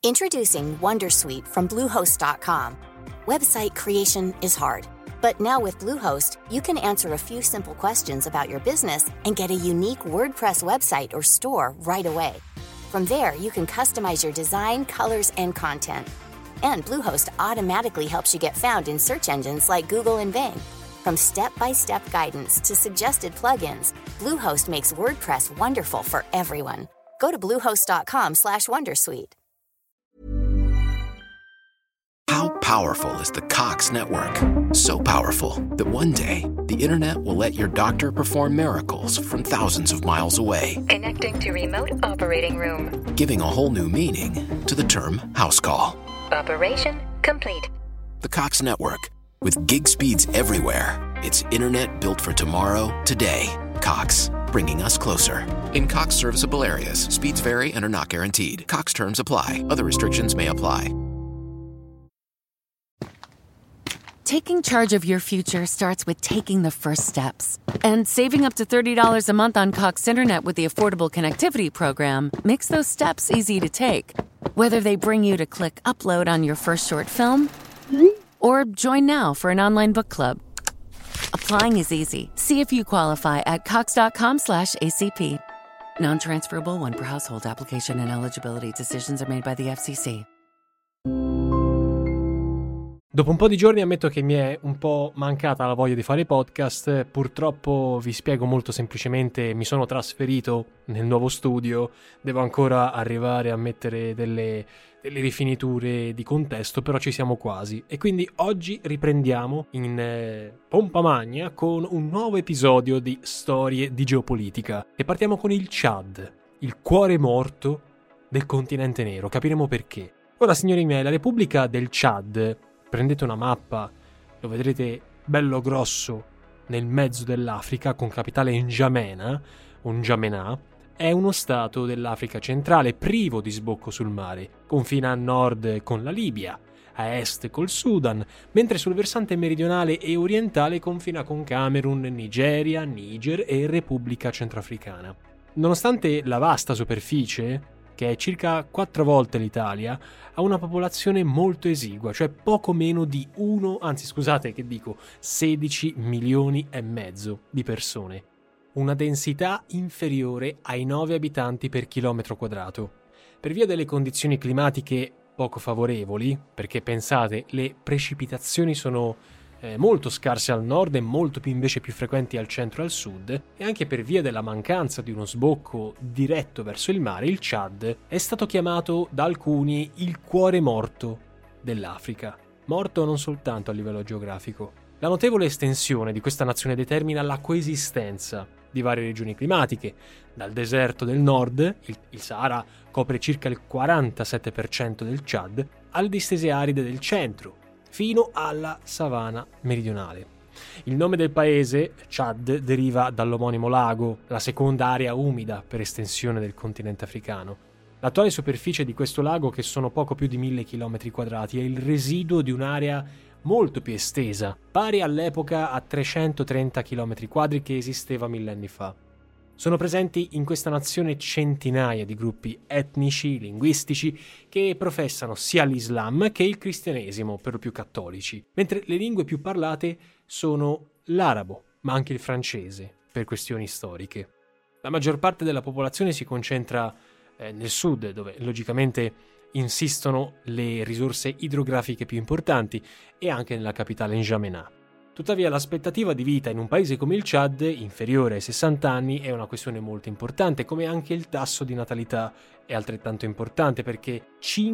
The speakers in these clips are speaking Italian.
Introducing Wondersuite from Bluehost.com. Website creation is hard, but now with Bluehost, you can answer a few simple questions about your business and get a unique WordPress website or store right away. From there, you can customize your design, colors, and content. And Bluehost automatically helps you get found in search engines like Google and Bing. From step-by-step guidance to suggested plugins, Bluehost makes WordPress wonderful for everyone. Go to bluehost.com/wondersuite. How powerful is the Cox Network? So powerful that one day, the internet will let your doctor perform miracles from thousands of miles away. Connecting to remote operating room. Giving a whole new meaning to the term house call. Operation complete. The Cox Network. With gig speeds everywhere, it's internet built for tomorrow, today. Cox, bringing us closer. In Cox serviceable areas, speeds vary and are not guaranteed. Cox terms apply. Other restrictions may apply. Taking charge of your future starts with taking the first steps. And saving up to $30 a month on Cox Internet with the Affordable Connectivity Program makes those steps easy to take. Whether they bring you to click upload on your first short film or join now for an online book club. Applying is easy. See if you qualify at cox.com/ACP. Non-transferable one per household. Application and eligibility decisions are made by the FCC. Dopo un po' di giorni ammetto che mi è un po' mancata la voglia di fare podcast. Purtroppo vi spiego molto semplicemente, mi sono trasferito nel nuovo studio, devo ancora arrivare a mettere delle rifiniture di contesto, però ci siamo quasi. E quindi oggi riprendiamo in pompa magna con un nuovo episodio di Storie di Geopolitica. E partiamo con il Chad, il cuore morto del continente nero. Capiremo perché. Ora, signori miei, la Repubblica del Chad, prendete una mappa, lo vedrete bello grosso nel mezzo dell'Africa con capitale N'Djamena, o N'Djamena, è uno stato dell'Africa centrale privo di sbocco sul mare, confina a nord con la Libia, a est col Sudan, mentre sul versante meridionale e orientale confina con Camerun, Nigeria, Niger e Repubblica Centrafricana. Nonostante la vasta superficie, che è circa 4 volte l'Italia, ha una popolazione molto esigua, cioè poco meno di 16 milioni e mezzo di persone. Una densità inferiore ai 9 abitanti per chilometro quadrato. Per via delle condizioni climatiche poco favorevoli, perché pensate, le precipitazioni sono molto scarse al nord e molto più frequenti al centro e al sud, e anche per via della mancanza di uno sbocco diretto verso il mare, il Chad è stato chiamato da alcuni il cuore morto dell'Africa. Morto non soltanto a livello geografico. La notevole estensione di questa nazione determina la coesistenza di varie regioni climatiche. Dal deserto del nord, il Sahara copre circa il 47% del Chad, alle distese aride del centro, fino alla savana meridionale. Il nome del paese, Chad, deriva dall'omonimo lago, la seconda area umida per estensione del continente africano. L'attuale superficie di questo lago, che sono poco più di 1000 km², è il residuo di un'area molto più estesa, pari all'epoca a 330 km² che esisteva millenni fa. Sono presenti in questa nazione centinaia di gruppi etnici, linguistici, che professano sia l'Islam che il cristianesimo, per lo più cattolici, mentre le lingue più parlate sono l'arabo, ma anche il francese, per questioni storiche. La maggior parte della popolazione si concentra nel sud, dove logicamente insistono le risorse idrografiche più importanti, e anche nella capitale N'Djamena. Tuttavia l'aspettativa di vita in un paese come il Chad, inferiore ai 60 anni, è una questione molto importante, come anche il tasso di natalità è altrettanto importante, perché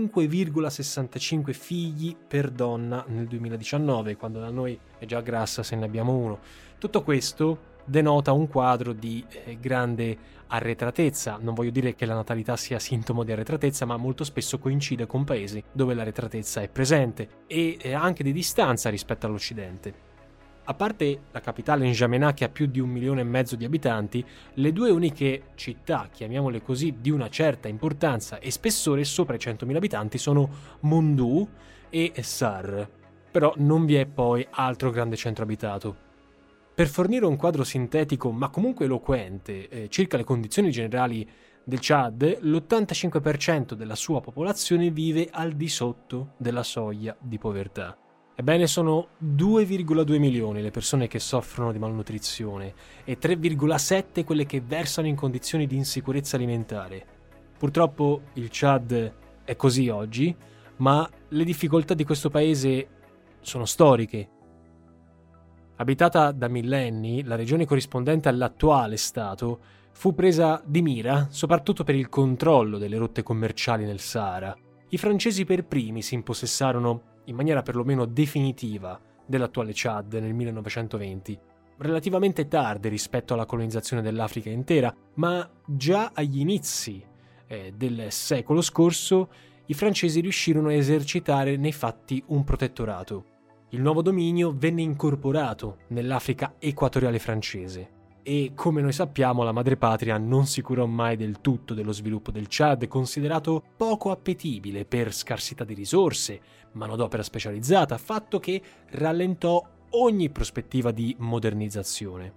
5,65 figli per donna nel 2019, quando da noi è già grassa se ne abbiamo uno. Tutto questo denota un quadro di grande arretratezza. Non voglio dire che la natalità sia sintomo di arretratezza, ma molto spesso coincide con paesi dove l'arretratezza è presente e anche di distanza rispetto all'Occidente. A parte la capitale N'Djamena, che ha più di 1,5 milioni di abitanti, le due uniche città, chiamiamole così, di una certa importanza e spessore sopra i 100.000 abitanti sono Mondou e Sar. Però non vi è poi altro grande centro abitato. Per fornire un quadro sintetico, ma comunque eloquente, circa le condizioni generali del Chad, l'85% della sua popolazione vive al di sotto della soglia di povertà. Ebbene, sono 2,2 milioni le persone che soffrono di malnutrizione e 3,7 quelle che versano in condizioni di insicurezza alimentare. Purtroppo il Chad è così oggi, ma le difficoltà di questo paese sono storiche. Abitata da millenni, la regione corrispondente all'attuale Stato fu presa di mira soprattutto per il controllo delle rotte commerciali nel Sahara. I francesi per primi si impossessarono in maniera perlomeno definitiva dell'attuale Chad nel 1920, relativamente tardi rispetto alla colonizzazione dell'Africa intera, ma già agli inizi del secolo scorso i francesi riuscirono a esercitare nei fatti un protettorato. Il nuovo dominio venne incorporato nell'Africa equatoriale francese e, come noi sappiamo, la madrepatria non si curò mai del tutto dello sviluppo del Chad, considerato poco appetibile per scarsità di risorse, manodopera specializzata, fatto che rallentò ogni prospettiva di modernizzazione.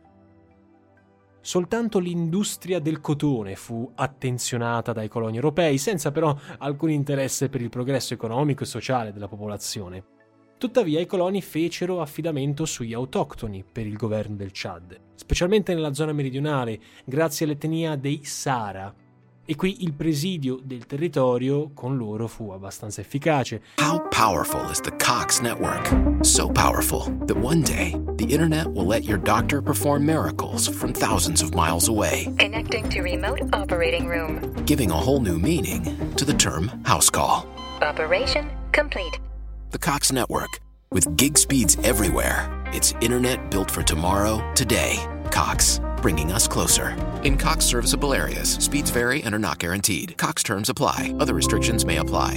Soltanto l'industria del cotone fu attenzionata dai coloni europei, senza però alcun interesse per il progresso economico e sociale della popolazione. Tuttavia i coloni fecero affidamento sugli autoctoni per il governo del Chad, specialmente nella zona meridionale, grazie all'etnia dei Sahara. E qui il presidio del territorio con loro fu abbastanza efficace. How powerful is the Cox network? So powerful that one day the internet will let your doctor perform miracles from thousands of miles away. Connecting to remote operating room. Giving a whole new meaning to the term house call. Operation complete. The Cox network. With gig speeds everywhere, it's internet built for tomorrow, today. Cox, bringing us closer. In Cox serviceable areas, speeds vary and are not guaranteed. Cox terms apply. Other restrictions may apply.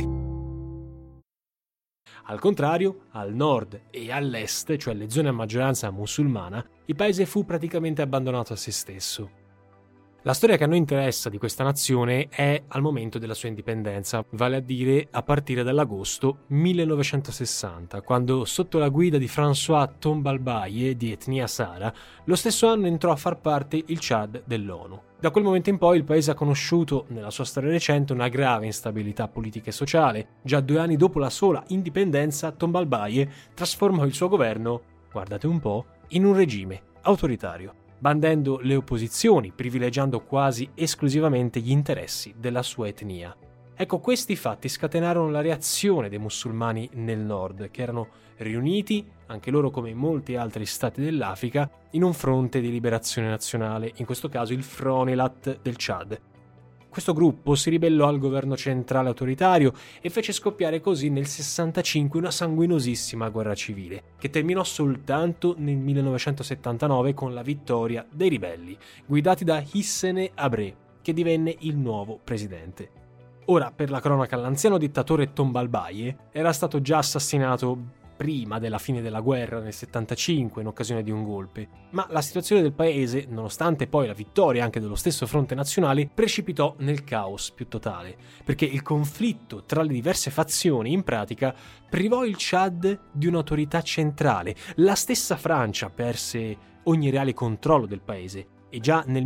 Al contrario, al nord e all'est, cioè le zone a maggioranza musulmana, il paese fu praticamente abbandonato a se stesso. La storia che a noi interessa di questa nazione è al momento della sua indipendenza, vale a dire a partire dall'agosto 1960, quando sotto la guida di François Tombalbaye, di etnia Sahara, lo stesso anno entrò a far parte il Chad dell'ONU. Da quel momento in poi il paese ha conosciuto, nella sua storia recente, una grave instabilità politica e sociale. Già 2 anni dopo la sola indipendenza, Tombalbaye trasformò il suo governo, guardate un po', in un regime autoritario, bandendo le opposizioni, privilegiando quasi esclusivamente gli interessi della sua etnia. Ecco, questi fatti scatenarono la reazione dei musulmani nel nord, che erano riuniti, anche loro come in molti altri stati dell'Africa, in un fronte di liberazione nazionale, in questo caso il Fronelat del Chad. Questo gruppo si ribellò al governo centrale autoritario e fece scoppiare così nel 65 una sanguinosissima guerra civile, che terminò soltanto nel 1979 con la vittoria dei ribelli, guidati da Hissène Habré, che divenne il nuovo presidente. Ora, per la cronaca, l'anziano dittatore Tombalbaye era stato già assassinato prima della fine della guerra nel 75 in occasione di un golpe, ma la situazione del paese, nonostante poi la vittoria anche dello stesso fronte nazionale, precipitò nel caos più totale, perché il conflitto tra le diverse fazioni in pratica privò il Chad di un'autorità centrale. La stessa Francia perse ogni reale controllo del paese e già nel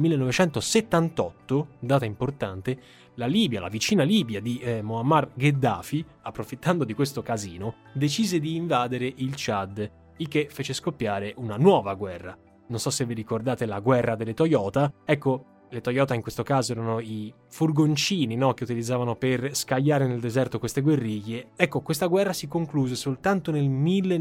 1978, data importante, la Libia, la vicina Libia di Muammar Gheddafi, approfittando di questo casino, decise di invadere il Chad, il che fece scoppiare una nuova guerra. Non so se vi ricordate la guerra delle Toyota. Ecco, le Toyota in questo caso erano i furgoncini, no, che utilizzavano per scagliare nel deserto queste guerriglie. Ecco, questa guerra si concluse soltanto nel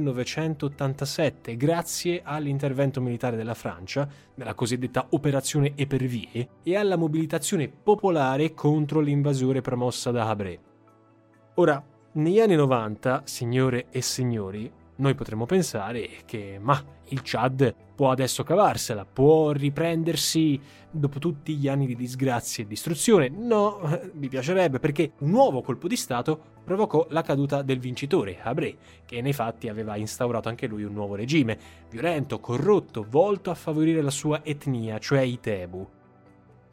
1987 grazie all'intervento militare della Francia, nella cosiddetta operazione Épervier, e alla mobilitazione popolare contro l'invasione promossa da Habré. Ora, negli anni 90, signore e signori, noi potremmo pensare che il Chad può adesso cavarsela, può riprendersi dopo tutti gli anni di disgrazia e distruzione. No, mi piacerebbe, perché un nuovo colpo di stato provocò la caduta del vincitore, Habré, che nei fatti aveva instaurato anche lui un nuovo regime, violento, corrotto, volto a favorire la sua etnia, cioè i Tebu.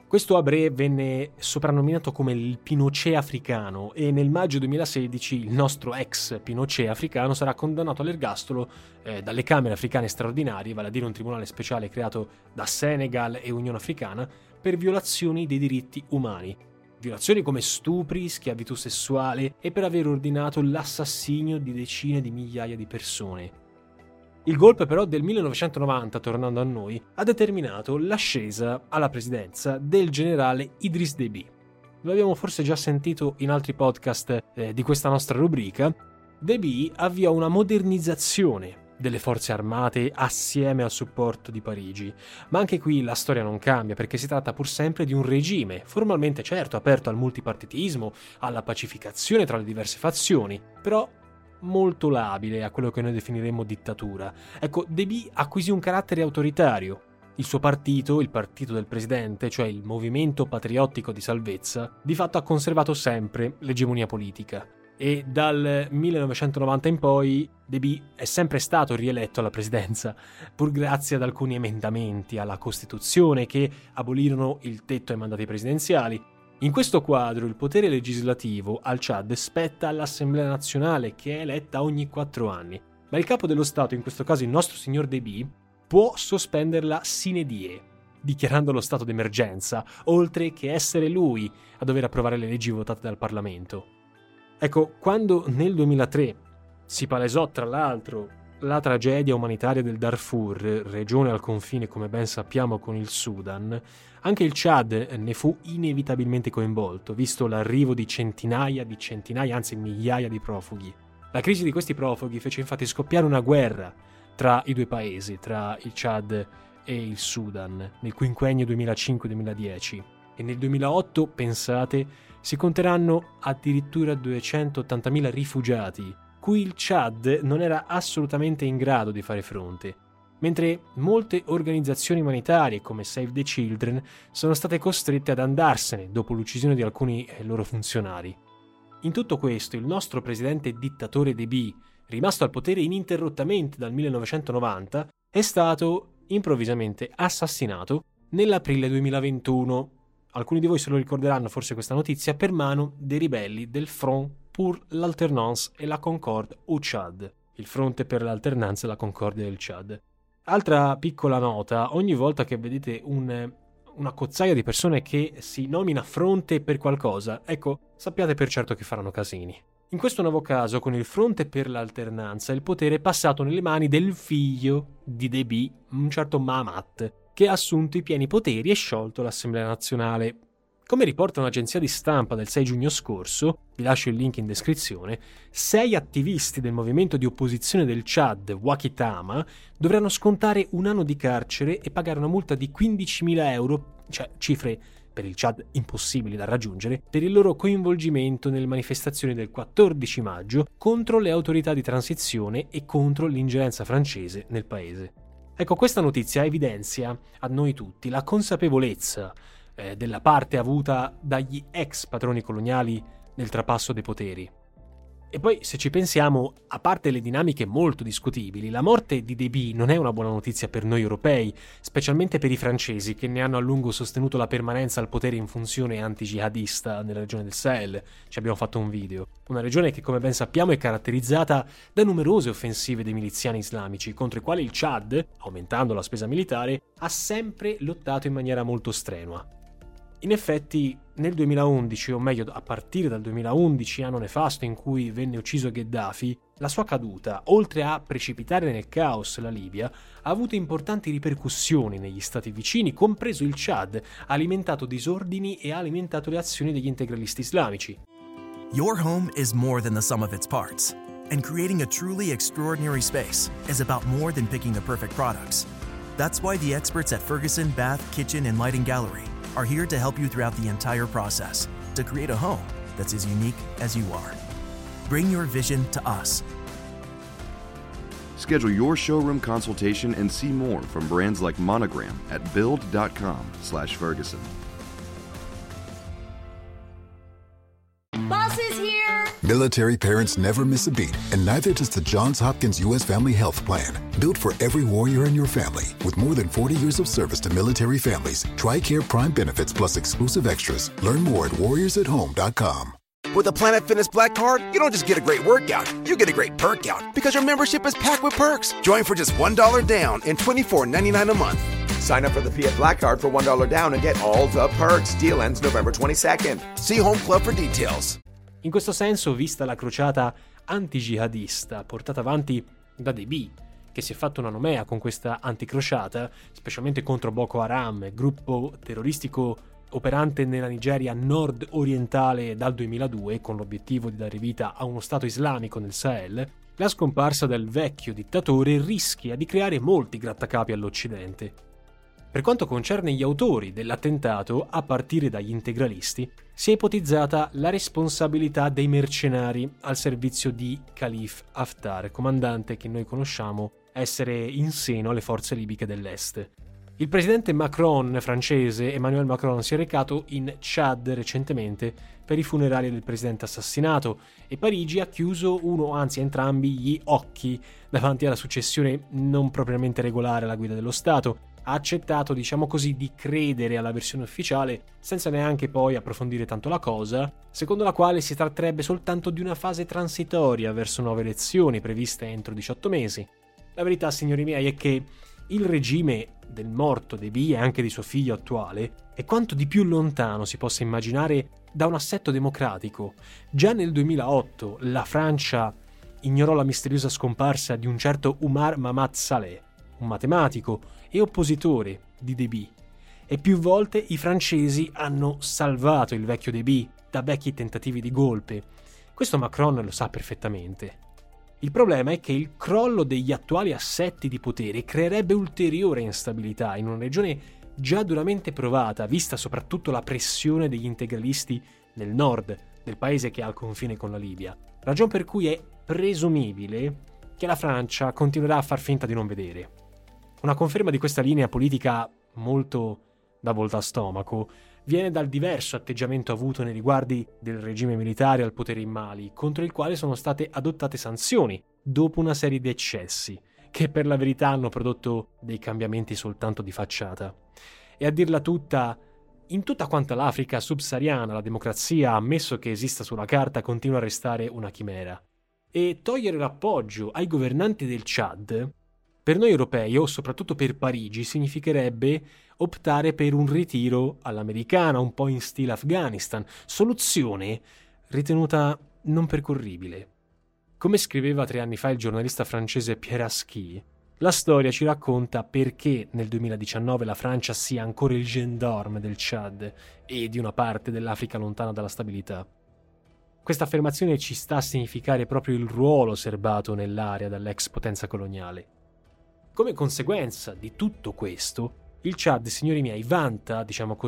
Questo Habré venne soprannominato come il Pinochet africano e nel maggio 2016 il nostro ex Pinochet africano sarà condannato all'ergastolo dalle Camere Africane Straordinarie, vale a dire un tribunale speciale creato da Senegal e Unione Africana, per violazioni dei diritti umani. Violazioni come stupri, schiavitù sessuale e per aver ordinato l'assassinio di decine di migliaia di persone. Il golpe però del 1990, tornando a noi, ha determinato l'ascesa alla presidenza del generale Idriss Déby. Lo abbiamo forse già sentito in altri podcast di questa nostra rubrica. Déby avvia una modernizzazione delle forze armate assieme al supporto di Parigi, ma anche qui la storia non cambia perché si tratta pur sempre di un regime, formalmente certo aperto al multipartitismo, alla pacificazione tra le diverse fazioni, però molto labile a quello che noi definiremmo dittatura. Ecco, Déby acquisì un carattere autoritario. Il suo partito, il partito del presidente, cioè il Movimento Patriottico di Salvezza, di fatto ha conservato sempre l'egemonia politica. E dal 1990 in poi Déby è sempre stato rieletto alla presidenza, pur grazie ad alcuni emendamenti alla Costituzione che abolirono il tetto ai mandati presidenziali. In questo quadro il potere legislativo al Chad spetta all'Assemblea nazionale, che è eletta ogni 4 anni, ma il capo dello Stato, in questo caso il nostro signor Déby, può sospenderla sine die, dichiarando lo stato d'emergenza, oltre che essere lui a dover approvare le leggi votate dal Parlamento. Ecco, quando nel 2003 si palesò tra l'altro la tragedia umanitaria del Darfur, regione al confine come ben sappiamo con il Sudan, anche il Chad ne fu inevitabilmente coinvolto, visto l'arrivo di centinaia, anzi migliaia di profughi. La crisi di questi profughi fece infatti scoppiare una guerra tra i due paesi, tra il Chad e il Sudan, nel quinquennio 2005-2010. E nel 2008, pensate, si conteranno addirittura 280.000 rifugiati, cui il Chad non era assolutamente in grado di fare fronte, mentre molte organizzazioni umanitarie come Save the Children sono state costrette ad andarsene dopo l'uccisione di alcuni loro funzionari. In tutto questo, il nostro presidente dittatore Déby, rimasto al potere ininterrottamente dal 1990, è stato improvvisamente assassinato nell'aprile 2021. Alcuni di voi se lo ricorderanno forse questa notizia, per mano dei ribelli del Front pour l'Alternance et la Concorde au Chad, il Fronte per l'Alternanza e la Concordia del Chad. Altra piccola nota, ogni volta che vedete una cozzaia di persone che si nomina fronte per qualcosa, ecco, sappiate per certo che faranno casini. In questo nuovo caso, con il Fronte per l'Alternanza, il potere è passato nelle mani del figlio di Déby, un certo Mahamat, che ha assunto i pieni poteri e sciolto l'Assemblea nazionale. Come riporta un'agenzia di stampa del 6 giugno scorso, vi lascio il link in descrizione, 6 attivisti del movimento di opposizione del Chad, Wakitama, dovranno scontare 1 anno di carcere e pagare una multa di 15.000 euro, cioè cifre per il Chad impossibili da raggiungere, per il loro coinvolgimento nelle manifestazioni del 14 maggio contro le autorità di transizione e contro l'ingerenza francese nel paese. Ecco, questa notizia evidenzia a noi tutti la consapevolezza della parte avuta dagli ex padroni coloniali nel trapasso dei poteri. E poi, se ci pensiamo, a parte le dinamiche molto discutibili, la morte di Déby non è una buona notizia per noi europei, specialmente per i francesi che ne hanno a lungo sostenuto la permanenza al potere in funzione anti-jihadista nella regione del Sahel. Ci abbiamo fatto un video. Una regione che, come ben sappiamo, è caratterizzata da numerose offensive dei miliziani islamici, contro i quali il Chad, aumentando la spesa militare, ha sempre lottato in maniera molto strenua. In effetti, nel 2011, o meglio a partire dal 2011, anno nefasto in cui venne ucciso Gheddafi, la sua caduta, oltre a precipitare nel caos la Libia, ha avuto importanti ripercussioni negli stati vicini, compreso il Chad, ha alimentato disordini e ha alimentato le azioni degli integralisti islamici. Your home is more than the sum of its parts, and creating a truly extraordinary space is about more than picking the perfect products. That's why the experts at Ferguson Bath, Kitchen and Lighting Gallery are here to help you throughout the entire process to create a home that's as unique as you are. Bring your vision to us. Schedule your showroom consultation and see more from brands like Monogram at build.com/Ferguson. Boss is here! Military parents never miss a beat, and neither does the Johns Hopkins U.S. Family Health Plan. Built for every warrior in your family, with more than 40 years of service to military families. TRICARE Prime benefits plus exclusive extras. Learn more at warriorsathome.com. With a Planet Fitness Black Card, you don't just get a great workout, you get a great perk out because your membership is packed with perks. Join for just $1 down and $24.99 a month. Sign up for the Fiat Black Card for $1 down and get all the perks. Deal ends November 22nd. See Home Club for details. In questo senso, vista la crociata anti-jihadista portata avanti da Déby, che si è fatto una nomea con questa anticrociata, specialmente contro Boko Haram, gruppo terroristico operante nella Nigeria nord-orientale dal 2002 con l'obiettivo di dare vita a uno Stato islamico nel Sahel, la scomparsa del vecchio dittatore rischia di creare molti grattacapi all'Occidente. Per quanto concerne gli autori dell'attentato, a partire dagli integralisti, si è ipotizzata la responsabilità dei mercenari al servizio di Khalifa Haftar, comandante che noi conosciamo essere in seno alle forze libiche dell'Est. Il presidente francese Emmanuel Macron si è recato in Chad recentemente per i funerali del presidente assassinato e Parigi ha chiuso entrambi gli occhi davanti alla successione non propriamente regolare alla guida dello Stato. Ha accettato, di credere alla versione ufficiale senza neanche poi approfondire tanto la cosa, secondo la quale si tratterebbe soltanto di una fase transitoria verso nuove elezioni previste entro 18 mesi. La verità, signori miei, è che il regime del morto Déby e anche di suo figlio attuale è quanto di più lontano si possa immaginare da un assetto democratico. Già nel 2008 la Francia ignorò la misteriosa scomparsa di un certo Oumar Mamad Saleh, un matematico e oppositore di Déby, e più volte i francesi hanno salvato il vecchio Déby da vecchi tentativi di golpe. Questo Macron lo sa perfettamente. Il problema è che il crollo degli attuali assetti di potere creerebbe ulteriore instabilità in una regione già duramente provata, vista soprattutto la pressione degli integralisti nel nord del paese che ha il confine con la Libia, ragion per cui è presumibile che la Francia continuerà a far finta di non vedere. Una conferma di questa linea politica molto da volta a stomaco viene dal diverso atteggiamento avuto nei riguardi del regime militare al potere in Mali, contro il quale sono state adottate sanzioni dopo una serie di eccessi, che per la verità hanno prodotto dei cambiamenti soltanto di facciata. E a dirla tutta, in tutta quanta l'Africa subsahariana la democrazia, ammesso che esista sulla carta, continua a restare una chimera. E togliere l'appoggio ai governanti del Chad, per noi europei, o soprattutto per Parigi, significherebbe optare per un ritiro all'americana, un po' in stile Afghanistan, soluzione ritenuta non percorribile. Come scriveva 3 anni fa il giornalista francese Pierre Asqui, la storia ci racconta perché nel 2019 la Francia sia ancora il gendarme del Chad e di una parte dell'Africa lontana dalla stabilità. Questa affermazione ci sta a significare proprio il ruolo serbato nell'area dall'ex potenza coloniale. Come conseguenza di tutto questo, il Chad, signori miei, vanta,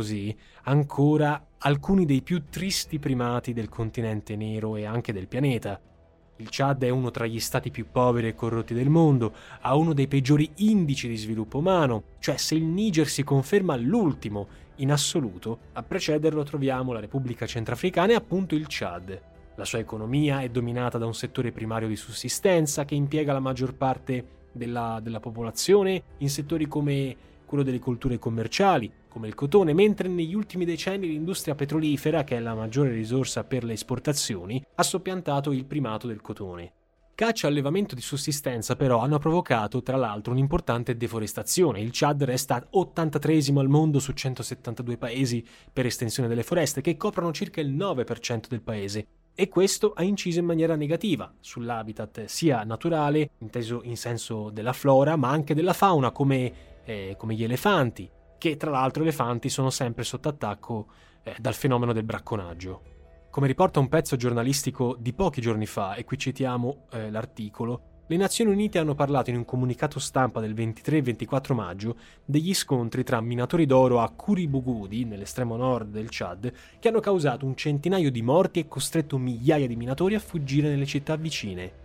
ancora alcuni dei più tristi primati del continente nero e anche del pianeta. Il Chad è uno tra gli stati più poveri e corrotti del mondo, ha uno dei peggiori indici di sviluppo umano, cioè se il Niger si conferma l'ultimo in assoluto, a precederlo troviamo la Repubblica Centrafricana e appunto il Chad. La sua economia è dominata da un settore primario di sussistenza che impiega la maggior parte della popolazione in settori come quello delle colture commerciali, come il cotone, mentre negli ultimi decenni l'industria petrolifera, che è la maggiore risorsa per le esportazioni, ha soppiantato il primato del cotone. Caccia e allevamento di sussistenza però hanno provocato tra l'altro un'importante deforestazione. Il Chad resta 83esimo al mondo su 172 paesi per estensione delle foreste, che coprono circa il 9% del paese. E questo ha inciso in maniera negativa sull'habitat sia naturale, inteso in senso della flora, ma anche della fauna, come gli elefanti, che tra l'altro elefanti sono sempre sotto attacco dal fenomeno del bracconaggio. Come riporta un pezzo giornalistico di pochi giorni fa, e qui citiamo l'articolo, le Nazioni Unite hanno parlato in un comunicato stampa del 23 e 24 maggio degli scontri tra minatori d'oro a Kuribugudi, nell'estremo nord del Chad, che hanno causato un centinaio di morti e costretto migliaia di minatori a fuggire nelle città vicine.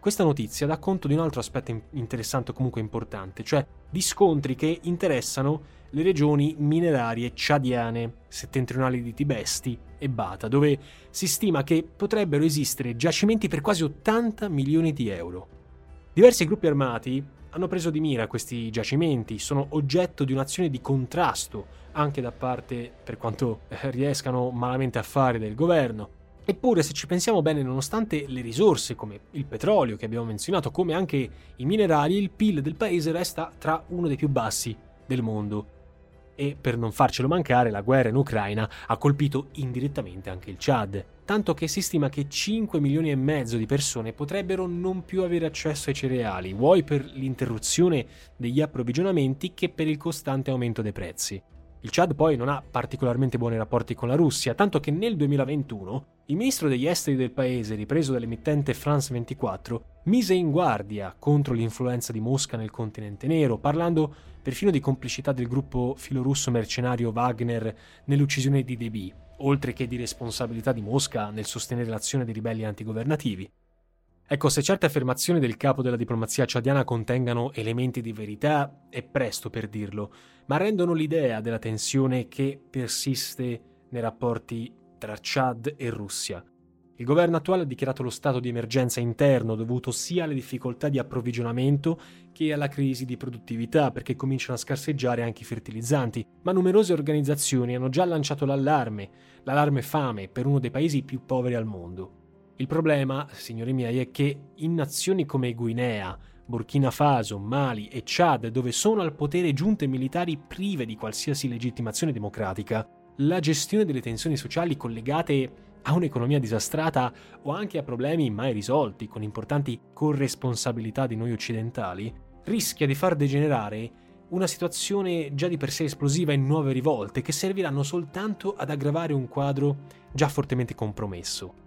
questa notizia dà conto di un altro aspetto interessante o comunque importante, cioè di scontri che interessano le regioni minerarie ciadiane, settentrionali di Tibesti e Bata, dove si stima che potrebbero esistere giacimenti per quasi 80 milioni di euro. Diversi gruppi armati hanno preso di mira questi giacimenti, sono oggetto di un'azione di contrasto anche da parte, per quanto riescano malamente a fare, del governo. Eppure, se ci pensiamo bene, nonostante le risorse come il petrolio che abbiamo menzionato, come anche i minerali, il PIL del paese resta tra uno dei più bassi del mondo. E per non farcelo mancare, la guerra in Ucraina ha colpito indirettamente anche il Chad, tanto che si stima che 5 milioni e mezzo di persone potrebbero non più avere accesso ai cereali, vuoi per l'interruzione degli approvvigionamenti che per il costante aumento dei prezzi. Il Chad poi non ha particolarmente buoni rapporti con la Russia, tanto che nel 2021 il ministro degli esteri del paese, ripreso dall'emittente France 24, mise in guardia contro l'influenza di Mosca nel continente nero, parlando perfino di complicità del gruppo filorusso mercenario Wagner nell'uccisione di Déby, oltre che di responsabilità di Mosca nel sostenere l'azione dei ribelli antigovernativi. Ecco, se certe affermazioni del capo della diplomazia ciadiana contengano elementi di verità, è presto per dirlo, ma rendono l'idea della tensione che persiste nei rapporti tra Chad e Russia. Il governo attuale ha dichiarato lo stato di emergenza interno dovuto sia alle difficoltà di approvvigionamento che alla crisi di produttività, perché cominciano a scarseggiare anche i fertilizzanti, ma numerose organizzazioni hanno già lanciato l'allarme fame per uno dei paesi più poveri al mondo. Il problema, signori miei, è che in nazioni come Guinea, Burkina Faso, Mali e Chad, dove sono al potere giunte militari prive di qualsiasi legittimazione democratica, la gestione delle tensioni sociali collegate a un'economia disastrata o anche a problemi mai risolti con importanti corresponsabilità di noi occidentali, rischia di far degenerare una situazione già di per sé esplosiva in nuove rivolte che serviranno soltanto ad aggravare un quadro già fortemente compromesso.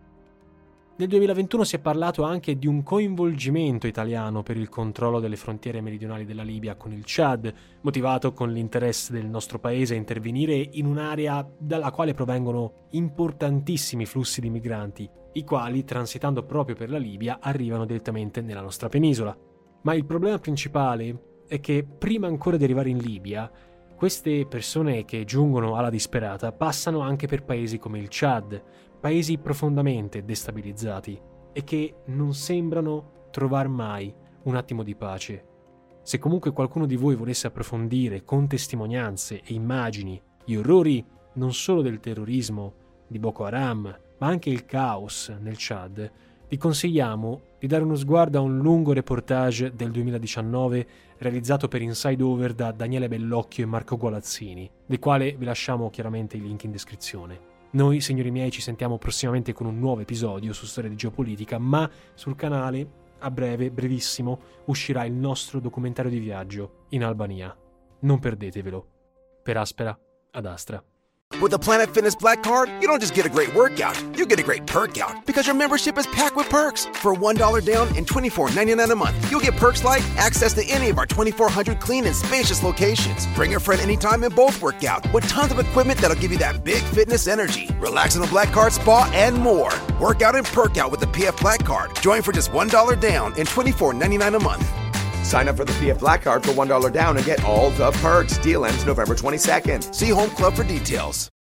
Nel 2021 si è parlato anche di un coinvolgimento italiano per il controllo delle frontiere meridionali della Libia con il Chad, motivato con l'interesse del nostro paese a intervenire in un'area dalla quale provengono importantissimi flussi di migranti, i quali, transitando proprio per la Libia, arrivano direttamente nella nostra penisola. Ma il problema principale è che prima ancora di arrivare in Libia, queste persone che giungono alla disperata passano anche per paesi come il Chad, paesi profondamente destabilizzati e che non sembrano trovar mai un attimo di pace. Se comunque qualcuno di voi volesse approfondire con testimonianze e immagini gli orrori non solo del terrorismo di Boko Haram, ma anche il caos nel Chad, vi consigliamo di dare uno sguardo a un lungo reportage del 2019 realizzato per Inside Over da Daniele Bellocchio e Marco Gualazzini, del quale vi lasciamo chiaramente i link in descrizione. Noi, signori miei, ci sentiamo prossimamente con un nuovo episodio su Storia di Geopolitica, ma sul canale, a breve, brevissimo, uscirà il nostro documentario di viaggio in Albania. Non perdetevelo. Per Aspera ad Astra. With the Planet Fitness Black Card, you don't just get a great workout, you get a great perk out because your membership is packed with perks. For $1 down and $24.99 a month, you'll get perks like access to any of our 2,400 clean and spacious locations. Bring your friend anytime and both work out with tons of equipment that'll give you that big fitness energy. Relax in the Black Card spa and more. Work out and perk out with the PF Black Card. Join for just $1 down and $24.99 a month. Sign up for the PF Black Card for $1 down and get all the perks. Deal ends November 22nd. See Home Club for details.